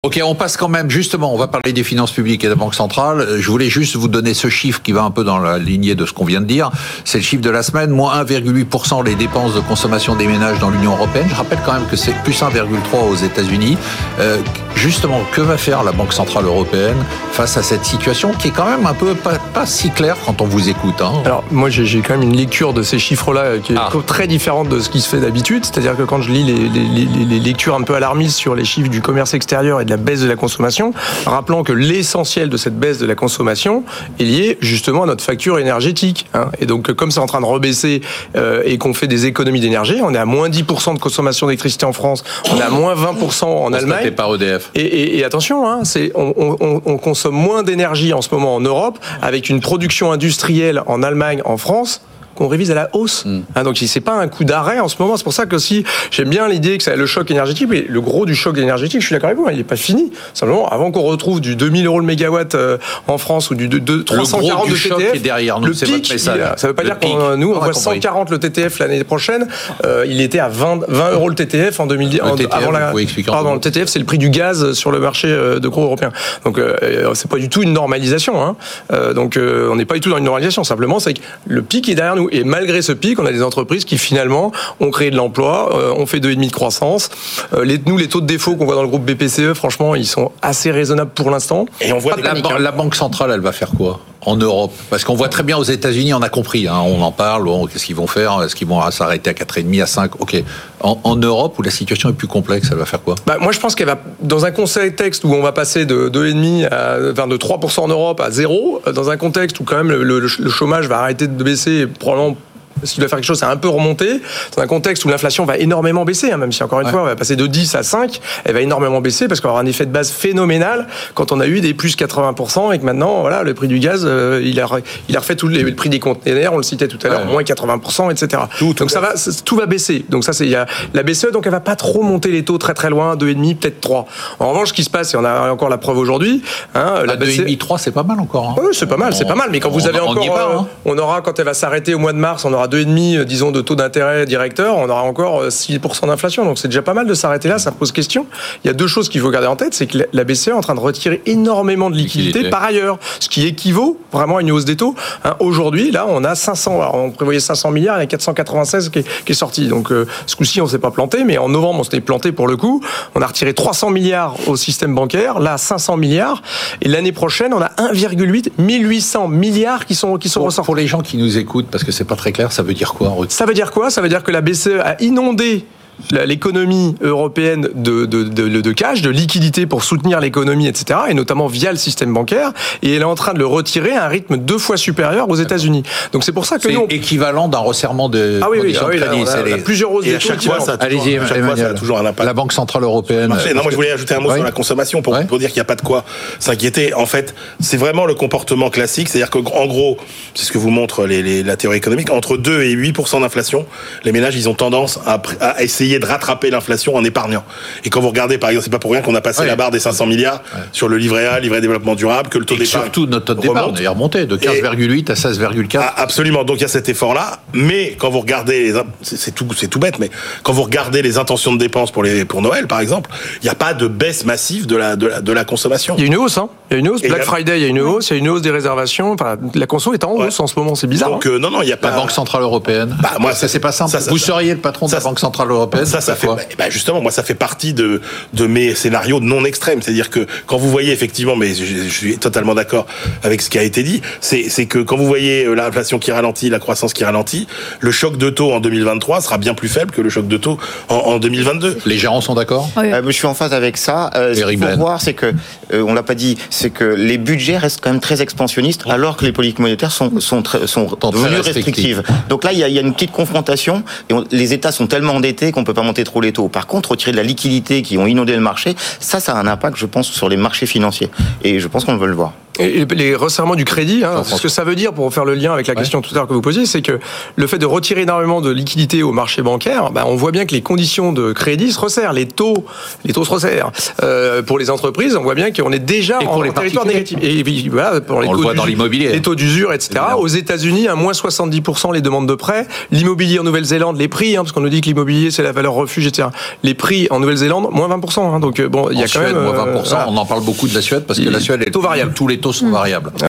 Ok, on passe quand même, justement, on va parler des finances publiques et de la Banque centrale. Je voulais juste vous donner ce chiffre qui va un peu dans la lignée de ce qu'on vient de dire. C'est le chiffre de la semaine, moins 1,8% les dépenses de consommation des ménages dans l'Union européenne. Je rappelle quand même que c'est plus 1,3% aux États-Unis. Justement, que va faire la Banque centrale européenne face à cette situation qui est quand même un peu pas si claire quand on vous écoute, hein. Alors, moi, j'ai quand même une lecture de ces chiffres-là qui est très différente de ce qui se fait d'habitude. C'est-à-dire que quand je lis les lectures un peu alarmistes sur les chiffres du commerce extérieur et de la baisse de la consommation, rappelons que l'essentiel de cette baisse de la consommation est lié justement à notre facture énergétique, hein. Et donc, comme c'est en train de rebaisser et qu'on fait des économies d'énergie, on est à moins 10% de consommation d'électricité en France, on est à moins 20% en Allemagne. Par EDF. Et attention, hein, on consomme moins d'énergie en ce moment en Europe, avec une production industrielle en Allemagne, en France, qu'on révise à la hausse. Hein, donc c'est pas un coup d'arrêt en ce moment. C'est pour ça que si j'aime bien l'idée que c'est le choc énergétique, mais le gros du choc énergétique, je suis d'accord avec vous, il n'est pas fini. Simplement, avant qu'on retrouve du 2000 € le mégawatt en France ou du 340 le de choc TTF, est derrière nous, le c'est pic, votre message. Ça veut pas dire qu'on nous on voit 140 le TTF l'année prochaine. Il était à 20 € le TTF en 2010. Pardon, le TTF c'est le prix du gaz sur le marché de gros européen. Donc c'est pas du tout une normalisation. Hein. Donc on n'est pas du tout dans une normalisation. Simplement, c'est que le pic est derrière nous. Et malgré ce pic, on a des entreprises qui finalement ont créé de l'emploi, ont fait 2,5% de croissance. Les taux de défaut qu'on voit dans le groupe BPCE, franchement, ils sont assez raisonnables pour l'instant. Et on voit la Banque centrale, elle va faire quoi en Europe? Parce qu'on voit très bien aux États-Unis, on a compris, hein, on en parle, qu'est-ce qu'ils vont faire? Est-ce qu'ils vont s'arrêter à 4,5, à 5? Ok. En Europe, où la situation est plus complexe, elle va faire quoi? Moi, je pense qu'elle va, dans un contexte où on va passer de 2,5 de 3% en Europe à 0, dans un contexte où quand même le chômage va arrêter de baisser, probablement. S'il doit faire quelque chose, c'est un peu remonté. Dans un contexte où l'inflation va énormément baisser, hein, même si encore une fois, on va passer de 10 à 5, elle va énormément baisser parce qu'on va avoir un effet de base phénoménal quand on a eu des plus 80% et que maintenant, voilà, le prix du gaz, il a refait tout le prix des conteneurs, on le citait tout à l'heure, moins 80%, etc. Donc tout va baisser. Donc ça, il y a la BCE, donc elle va pas trop monter les taux très très loin, 2,5, peut-être 3. En revanche, ce qui se passe, et on a encore la preuve aujourd'hui, hein, la 2,5, 3, c'est pas mal encore. Hein. Oui, c'est pas mal. Mais quand vous avez encore, on aura, quand elle va s'arrêter au mois de mars, on aura 2,5, disons, de taux d'intérêt directeur, on aura encore 6% d'inflation. Donc c'est déjà pas mal de s'arrêter là, ça pose question. Il y a deux choses qu'il faut garder en tête, c'est que la BCE est en train de retirer énormément de liquidités par ailleurs, ce qui équivaut vraiment à une hausse des taux. Hein, aujourd'hui, là, on a 500, alors on prévoyait 500 milliards, il y a 496 qui est sorti. Donc ce coup-ci, on s'est pas planté, mais en novembre, on s'était planté pour le coup. On a retiré 300 milliards au système bancaire, là 500 milliards, et l'année prochaine, on a 1800 milliards qui sont ressortis. Pour les gens qui nous écoutent, parce que c'est pas très clair, ça veut dire quoi? Ça veut dire quoi? Ça veut dire que la BCE a inondé l'économie européenne de cash, de liquidité pour soutenir l'économie, etc., et notamment via le système bancaire, et elle est en train de le retirer à un rythme 2 fois supérieur aux États-Unis. Donc c'est pour ça que c'est équivalent d'un resserrement de conditions de crédit. Il y a plusieurs hausses et à chaque fois, ça a toujours un impact. La Banque centrale européenne. Non, moi je voulais ajouter un mot sur la consommation pour dire qu'il n'y a pas de quoi s'inquiéter. En fait, c'est vraiment le comportement classique, c'est-à-dire que en gros, c'est ce que vous montre la théorie économique, entre 2 et 8% d'inflation, les ménages ils ont tendance à essayer de rattraper l'inflation en épargnant. Et quand vous regardez, par exemple, c'est pas pour rien qu'on a passé la barre des 500 milliards sur le livret A, livret développement durable, que le taux d'épargne surtout notre taux d'épargne est remonté de 15,8 à 16,4. Absolument. Donc il y a cet effort-là. Mais quand vous regardez, c'est tout bête, mais quand vous regardez les intentions de dépenses pour Noël, par exemple, il n'y a pas de baisse massive de la consommation. Il y a une hausse, hein. Il y a une hausse. Black Friday, il y a une hausse. Il y a une hausse des réservations. Enfin, la conso est en hausse en ce moment. C'est bizarre. Donc non, il y a pas. La Banque centrale européenne. Moi, ça c'est pas simple. Vous seriez le patron de la Banque centrale européenne. Ça fait. Justement, moi, ça fait partie de mes scénarios non extrêmes. C'est-à-dire que quand vous voyez effectivement, mais je suis totalement d'accord avec ce qui a été dit, c'est que quand vous voyez l'inflation qui ralentit, la croissance qui ralentit, le choc de taux en 2023 sera bien plus faible que le choc de taux en 2022. Les gérants sont d'accord? Je suis en phase avec ça. Ce qu'il faut voir, c'est que on l'a pas dit, c'est que les budgets restent quand même très expansionnistes, alors que les politiques monétaires sont devenues restrictives. Donc là, il y a une petite confrontation. Et les États sont tellement endettés qu'on peut pas monter trop les taux. Par contre, retirer de la liquidité qui ont inondé le marché, ça a un impact, je pense, sur les marchés financiers. Et je pense qu'on veut le voir. Et les resserrements du crédit, ce que ça veut dire, pour faire le lien avec la question tout à l'heure que vous posiez, c'est que le fait de retirer énormément de liquidités au marché bancaire, on voit bien que les conditions de crédit se resserrent, les taux se resserrent. Pour les entreprises, on voit bien qu'on est déjà en territoire négatif. Et voilà, pour on le voit dans l'immobilier. Les taux d'usure, etc. Évidemment. Aux États-Unis, à moins 70% les demandes de prêts. L'immobilier en Nouvelle-Zélande, les prix, parce qu'on nous dit que l'immobilier c'est la valeur refuge, etc. Les prix en Nouvelle-Zélande, moins 20%. Donc bon, il y a quand même moins 20%. On en parle beaucoup de la Suède parce que la Suède est taux variable. Tous les taux sont variables.